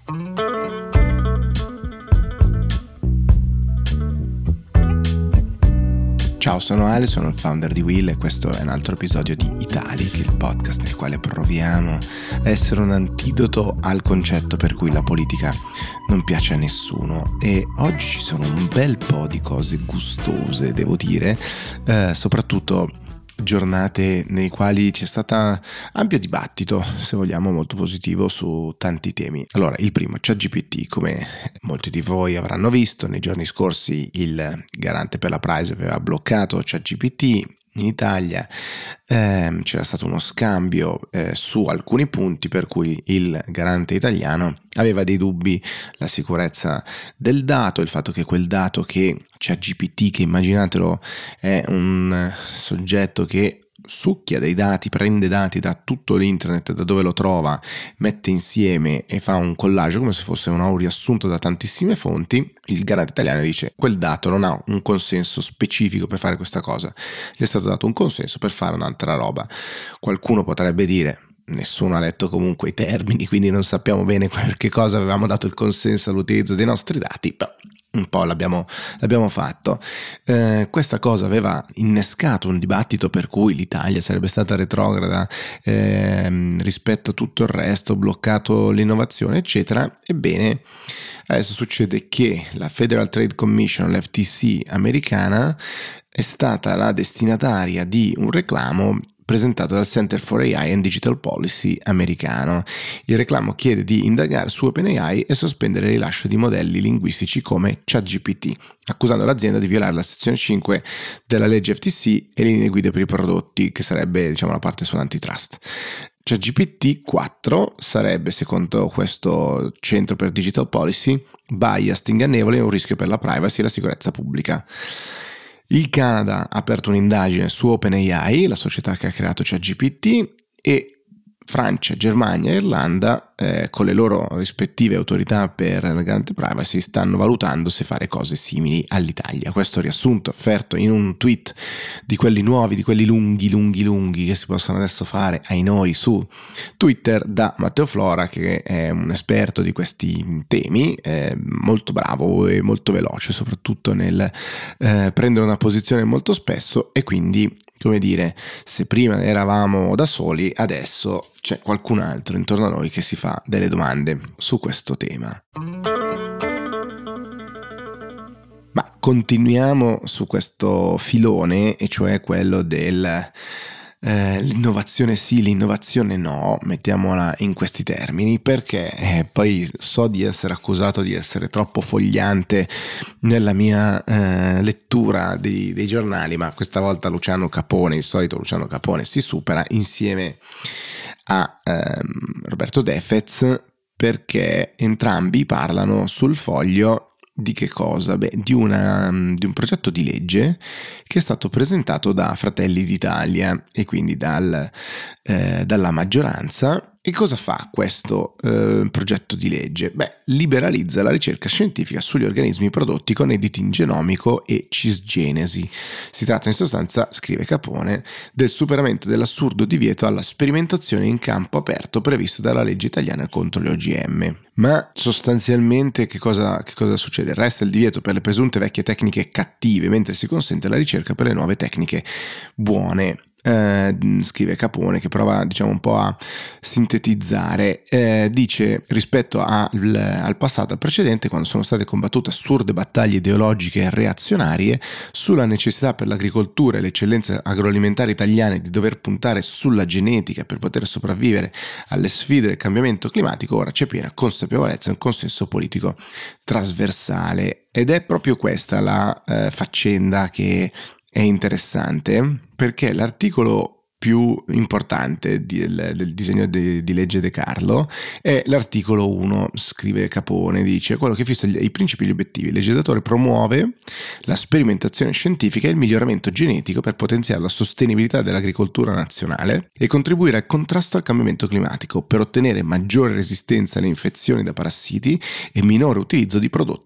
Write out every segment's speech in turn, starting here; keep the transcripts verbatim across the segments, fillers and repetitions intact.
Ciao, sono Ale, sono il founder di Will e questo è un altro episodio di Italic, il podcast nel quale proviamo a essere un antidoto al concetto per cui la politica non piace a nessuno. E oggi ci sono un bel po' di cose gustose, devo dire, eh, soprattutto giornate nei quali c'è stata ampio dibattito, se vogliamo molto positivo, su tanti temi. Allora, il primo, ChatGPT. Come molti di voi avranno visto, nei giorni scorsi il garante per la privacy aveva bloccato ChatGPT in Italia. Eh, c'era stato uno scambio eh, su alcuni punti per cui il garante italiano aveva dei dubbi, la sicurezza del dato, il fatto che quel dato che ChatGPT, che immaginatelo è un soggetto che succhia dei dati, prende dati da tutto l'internet, da dove lo trova, mette insieme e fa un collage come se fosse un riassunto da tantissime fonti. Il garante italiano dice: quel dato non ha un consenso specifico per fare questa cosa, gli è stato dato un consenso per fare un'altra roba. Qualcuno potrebbe dire: nessuno ha letto comunque i termini, quindi non sappiamo bene per che cosa avevamo dato il consenso all'utilizzo dei nostri dati, però un po' l'abbiamo, l'abbiamo fatto. Eh, questa cosa aveva innescato un dibattito per cui l'Italia sarebbe stata retrograda eh, rispetto a tutto il resto, bloccato l'innovazione, eccetera. Ebbene, adesso succede che la Federal Trade Commission, l'F T C americana, è stata la destinataria di un reclamo presentato dal Center for A I and Digital Policy americano. Il reclamo chiede di indagare su OpenAI e sospendere il rilascio di modelli linguistici come ChatGPT, accusando l'azienda di violare la sezione cinque della legge F T C e le linee guida per i prodotti, che sarebbe, diciamo, la parte sull'antitrust. ChatGPT quattro sarebbe, secondo questo Centro per Digital Policy, biased, ingannevole e un rischio per la privacy e la sicurezza pubblica. Il Canada ha aperto un'indagine su OpenAI, la società che ha creato ChatGPT, e Francia, Germania e Irlanda, eh, con le loro rispettive autorità per la garante privacy, stanno valutando se fare cose simili all'Italia. Questo riassunto offerto in un tweet di quelli nuovi, di quelli lunghi, lunghi, lunghi, che si possono adesso fare ai noi su Twitter, da Matteo Flora, che è un esperto di questi temi, eh, molto bravo e molto veloce, soprattutto nel eh, prendere una posizione molto spesso. E quindi, come dire, se prima eravamo da soli, adesso c'è qualcun altro intorno a noi che si fa delle domande su questo tema. Ma continuiamo su questo filone, e cioè quello del eh, l'innovazione sì, l'innovazione no, mettiamola in questi termini, perché eh, poi so di essere accusato di essere troppo fogliante nella mia eh, lettura dei, dei giornali, ma questa volta Luciano Capone, il solito Luciano Capone, si supera insieme a ehm, Roberto Defez, perché entrambi parlano sul Foglio di che cosa? Beh, di, una, di un progetto di legge che è stato presentato da Fratelli d'Italia e quindi dal, eh, dalla maggioranza. E cosa fa questo eh, progetto di legge? Beh, liberalizza la ricerca scientifica sugli organismi prodotti con editing genomico e cisgenesi. Si tratta in sostanza, scrive Capone, del superamento dell'assurdo divieto alla sperimentazione in campo aperto previsto dalla legge italiana contro le O G M. Ma sostanzialmente che cosa, che cosa succede? Resta il divieto per le presunte vecchie tecniche cattive, mentre si consente la ricerca per le nuove tecniche buone. Eh, scrive Capone, che prova, diciamo, un po' a sintetizzare. Eh, dice: rispetto al, al passato, al precedente, quando sono state combattute assurde battaglie ideologiche e reazionarie sulla necessità per l'agricoltura e le eccellenze agroalimentari italiane di dover puntare sulla genetica per poter sopravvivere alle sfide del cambiamento climatico, ora c'è piena consapevolezza e un consenso politico trasversale. Ed è proprio questa la eh, faccenda che è interessante, perché l'articolo più importante del, del disegno di, di legge De Carlo è l'articolo uno, scrive Capone, dice: quello che fissa i principi e gli obiettivi. Il legislatore promuove la sperimentazione scientifica e il miglioramento genetico per potenziare la sostenibilità dell'agricoltura nazionale e contribuire al contrasto al cambiamento climatico, per ottenere maggiore resistenza alle infezioni da parassiti e minore utilizzo di prodotti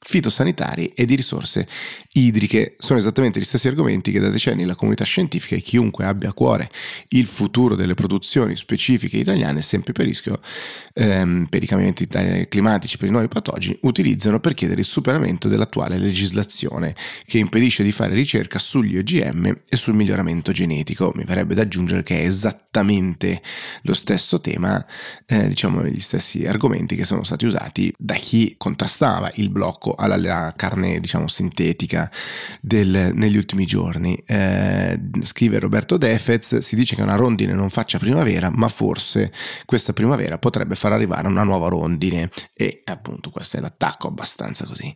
fitosanitari e di risorse idriche. Sono esattamente gli stessi argomenti che da decenni la comunità scientifica e chiunque abbia a cuore il futuro delle produzioni specifiche italiane, sempre per rischio ehm, per i cambiamenti climatici, per i nuovi patogeni, utilizzano per chiedere il superamento dell'attuale legislazione che impedisce di fare ricerca sugli O G M e sul miglioramento genetico. Mi verrebbe da aggiungere che è esattamente lo stesso tema, eh, diciamo gli stessi argomenti che sono stati usati da chi contrastava il blocco alla, alla carne, diciamo, sintetica del, negli ultimi giorni. Eh, scrive Roberto Defez: si dice che una rondine non faccia primavera, ma forse questa primavera potrebbe far arrivare una nuova rondine. E appunto questo è l'attacco abbastanza così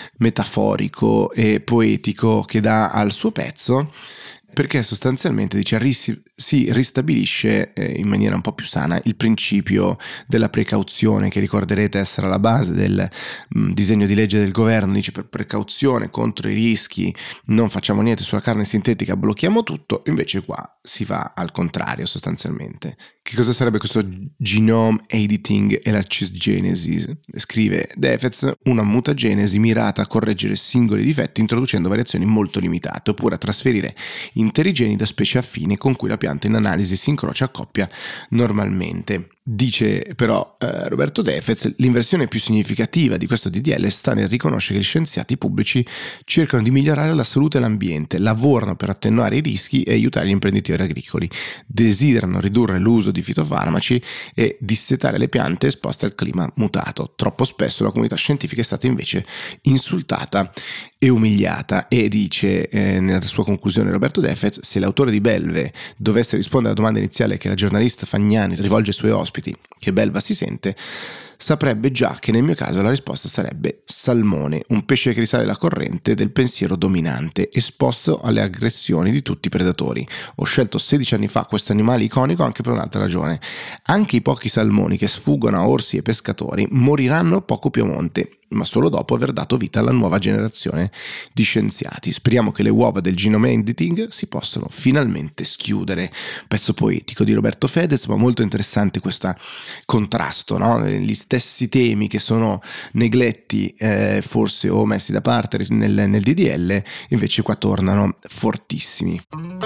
metaforico e poetico che dà al suo pezzo, perché sostanzialmente dice ris- si ristabilisce eh, in maniera un po' più sana il principio della precauzione, che ricorderete essere alla base del mh, disegno di legge del governo. Dice: per precauzione contro i rischi non facciamo niente sulla carne sintetica, blocchiamo tutto. Invece qua si va al contrario sostanzialmente. Che cosa sarebbe questo genome editing e la cisgenesi? Scrive Defez: una mutagenesi mirata a correggere singoli difetti introducendo variazioni molto limitate, oppure a trasferire interi geni da specie affini con cui la pianta in analisi si incrocia a coppia normalmente. Dice però eh, Roberto Defez: l'inversione più significativa di questo D D L sta nel riconoscere che gli scienziati pubblici cercano di migliorare la salute e l'ambiente, lavorano per attenuare i rischi e aiutare gli imprenditori agricoli, desiderano ridurre l'uso di fitofarmaci e dissetare le piante esposte al clima mutato. Troppo spesso la comunità scientifica è stata invece insultata e umiliata. E dice eh, nella sua conclusione Roberto Defez: se l'autore di Belve dovesse rispondere alla domanda iniziale che la giornalista Fagnani rivolge ai suoi ospiti, che belva si sente, saprebbe già che nel mio caso la risposta sarebbe salmone, un pesce che risale la corrente del pensiero dominante, esposto alle aggressioni di tutti i predatori. Ho scelto sedici anni fa questo animale iconico anche per un'altra ragione. Anche i pochi salmoni che sfuggono a orsi e pescatori moriranno poco più a monte, ma solo dopo aver dato vita alla nuova generazione di scienziati. Speriamo che le uova del genome editing si possano finalmente schiudere. Pezzo poetico di Roberto Fedez, ma molto interessante questo contrasto, no? Gli stessi temi che sono negletti eh, forse o messi da parte nel, nel D D L, invece qua tornano fortissimi.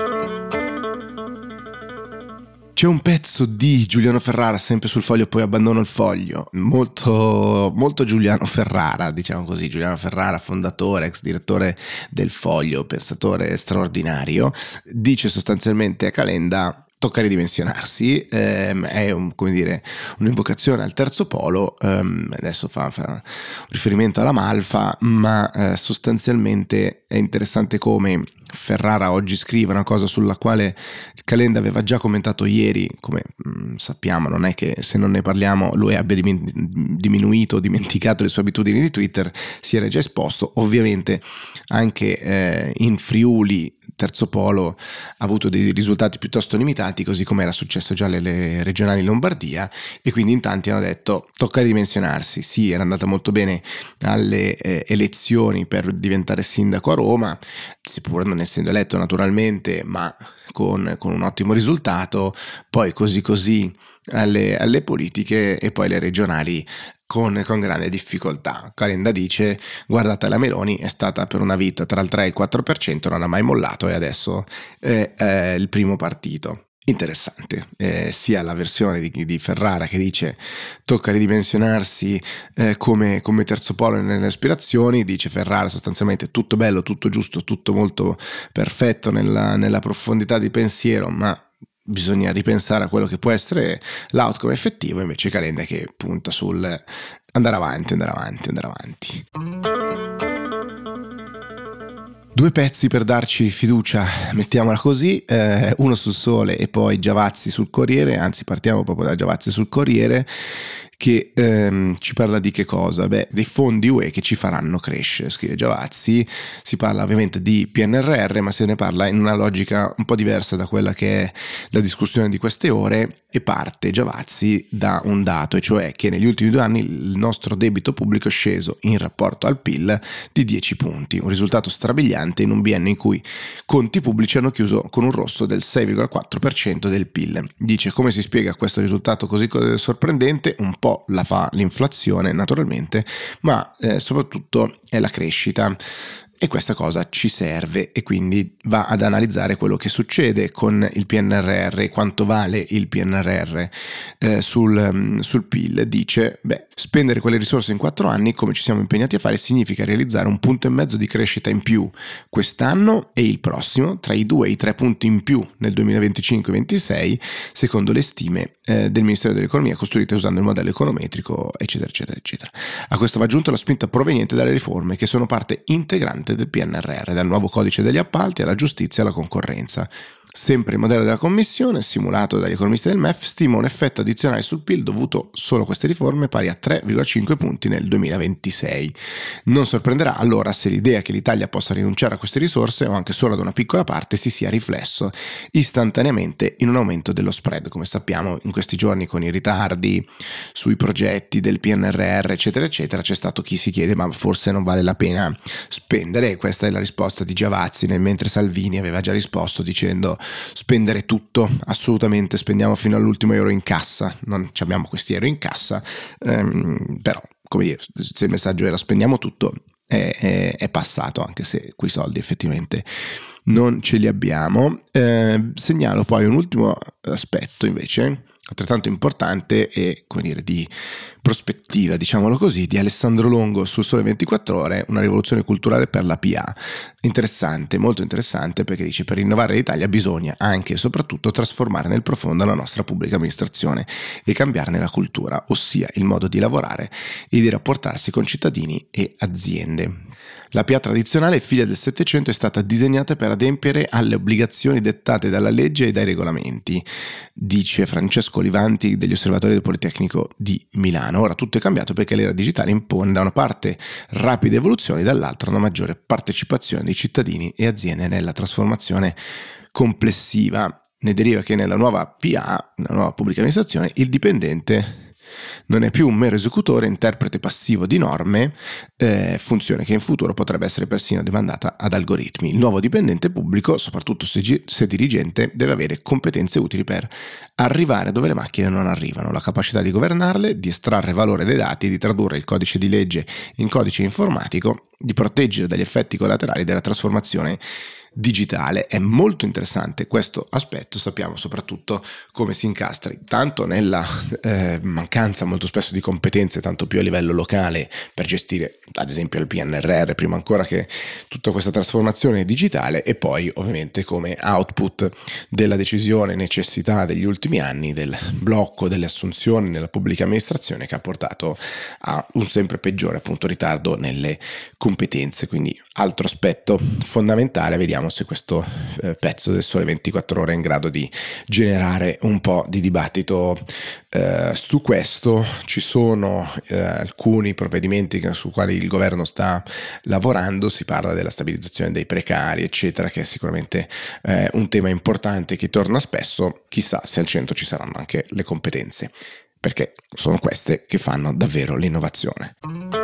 C'è un pezzo di Giuliano Ferrara sempre sul Foglio, poi abbandono il Foglio, molto, molto Giuliano Ferrara, diciamo così. Giuliano Ferrara, fondatore, ex direttore del Foglio, pensatore straordinario, dice sostanzialmente a Calenda: tocca ridimensionarsi, ehm, è un, come dire, un'invocazione al terzo polo. Ehm, adesso fa, fa un riferimento alla Malfa, ma eh, sostanzialmente è interessante come Ferrara oggi scrive una cosa sulla quale Calenda aveva già commentato ieri. Come mh, sappiamo, non è che se non ne parliamo lui abbia diminuito o dimenticato le sue abitudini di Twitter, si era già esposto. Ovviamente anche eh, in Friuli terzo polo ha avuto dei risultati piuttosto limitati, così come era successo già alle regionali in Lombardia, e quindi in tanti hanno detto tocca ridimensionarsi. Sì, era andata molto bene alle eh, elezioni per diventare sindaco a Roma, seppur non essendo eletto naturalmente, ma con, con un ottimo risultato. Poi così così alle, alle politiche e poi le regionali con, con grande difficoltà. Calenda dice: guardate, la Meloni è stata per una vita tra il tre e il quattro per cento, non ha mai mollato e adesso è, è il primo partito. Interessante, eh, sia la versione di, di Ferrara che dice tocca ridimensionarsi eh, come, come terzo polo nelle aspirazioni. Dice Ferrara sostanzialmente: tutto bello, tutto giusto, tutto molto perfetto nella, nella profondità di pensiero, ma bisogna ripensare a quello che può essere l'outcome effettivo. Invece Calenda che punta sul andare avanti, andare avanti, andare avanti. Due pezzi per darci fiducia, mettiamola così, eh, uno sul Sole e poi Giavazzi sul Corriere. Anzi, partiamo proprio da Giavazzi sul Corriere, che ehm, ci parla di che cosa? Beh, dei fondi U E che ci faranno crescere, scrive Giavazzi. Si parla ovviamente di P N R R, ma se ne parla in una logica un po' diversa da quella che è la discussione di queste ore. e parte Giavazzi da un dato, e cioè che negli ultimi due anni il nostro debito pubblico è sceso in rapporto al P I L di dieci punti, un risultato strabiliante in un biennio in cui conti pubblici hanno chiuso con un rosso del sei virgola quattro per cento del P I L. Dice: come si spiega questo risultato così sorprendente? Un po' la fa l'inflazione naturalmente, ma eh, soprattutto è la crescita. E questa cosa ci serve, e quindi va ad analizzare quello che succede con il P N R R, quanto vale il P N R R eh, sul, sul P I L. Dice, beh, spendere quelle risorse in quattro anni, come ci siamo impegnati a fare, significa realizzare un punto e mezzo di crescita in più quest'anno e il prossimo, tra i due e i tre punti in più nel duemilaventicinque ventisei, secondo le stime eh, del Ministero dell'Economia, costruite usando il modello econometrico, eccetera, eccetera, eccetera. A questo va aggiunta la spinta proveniente dalle riforme che sono parte integrante del P N R R, dal nuovo codice degli appalti alla giustizia e alla concorrenza. Sempre il modello della Commissione, simulato dagli economisti del M E F, stima un effetto addizionale sul P I L dovuto solo a queste riforme pari a tre virgola cinque punti nel duemilaventisei. Non sorprenderà allora se l'idea che l'Italia possa rinunciare a queste risorse, o anche solo ad una piccola parte, si sia riflesso istantaneamente in un aumento dello spread. Come sappiamo, in questi giorni, con i ritardi sui progetti del P N R R, eccetera, eccetera, c'è stato chi si chiede: ma forse non vale la pena spendere? Questa è la risposta di Giavazzi, nel mentre Salvini aveva già risposto dicendo: spendere tutto, assolutamente, spendiamo fino all'ultimo euro in cassa. Non abbiamo questi euro in cassa, ehm, però, come dire, se il messaggio era spendiamo tutto, è, è, è passato, anche se quei soldi effettivamente non ce li abbiamo. Eh, segnalo poi un ultimo aspetto invece altrettanto importante e, come dire, di prospettiva, diciamolo così, di Alessandro Longo sul Sole ventiquattro Ore, una rivoluzione culturale per la P A. Interessante, molto interessante, perché dice: per rinnovare l'Italia bisogna anche e soprattutto trasformare nel profondo la nostra pubblica amministrazione e cambiarne la cultura, ossia il modo di lavorare e di rapportarsi con cittadini e aziende. La P A tradizionale, figlia del Settecento, è stata disegnata per adempiere alle obbligazioni dettate dalla legge e dai regolamenti, dice Francesco Olivanti degli Osservatori del Politecnico di Milano. Ora tutto è cambiato perché l'era digitale impone da una parte rapide evoluzioni, dall'altra una maggiore partecipazione dei cittadini e aziende nella trasformazione complessiva. Ne deriva che nella nuova P A, nella nuova pubblica amministrazione, il dipendente non è più un mero esecutore, interprete passivo di norme, eh, funzione che in futuro potrebbe essere persino demandata ad algoritmi. Il nuovo dipendente pubblico, soprattutto se, se dirigente, deve avere competenze utili per arrivare dove le macchine non arrivano, la capacità di governarle, di estrarre valore dai dati, di tradurre il codice di legge in codice informatico, di proteggere dagli effetti collaterali della trasformazione digitale. È molto interessante questo aspetto. Sappiamo soprattutto come si incastri tanto nella eh, mancanza molto spesso di competenze, tanto più a livello locale, per gestire ad esempio il P N R R, prima ancora che tutta questa trasformazione digitale, e poi ovviamente come output della decisione necessità degli ultimi anni del blocco delle assunzioni nella pubblica amministrazione, che ha portato a un sempre peggiore appunto ritardo nelle competenze. Quindi altro aspetto fondamentale. Vediamo se questo eh, pezzo del Sole ventiquattro Ore è in grado di generare un po' di dibattito eh, su questo. Ci sono eh, alcuni provvedimenti su quali il governo sta lavorando, si parla della stabilizzazione dei precari, eccetera, che è sicuramente eh, un tema importante che torna spesso. Chissà se al centro ci saranno anche le competenze, perché sono queste che fanno davvero l'innovazione.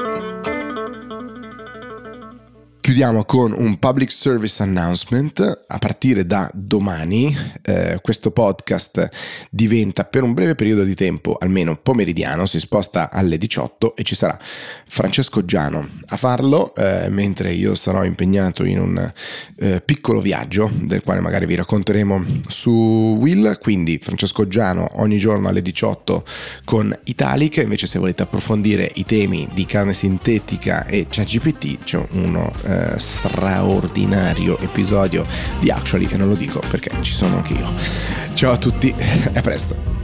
Chiudiamo con un public service announcement. A partire da domani eh, questo podcast diventa per un breve periodo di tempo, almeno pomeridiano, si sposta alle diciotto e ci sarà Francesco Giano a farlo, eh, mentre io sarò impegnato in un eh, piccolo viaggio del quale magari vi racconteremo su Will. Quindi Francesco Giano ogni giorno alle diciotto con Italic. Invece, se volete approfondire i temi di carne sintetica e ChatGPT, c'è uno eh, straordinario episodio di Actually, e non lo dico perché ci sono anche io. Ciao a tutti e a presto.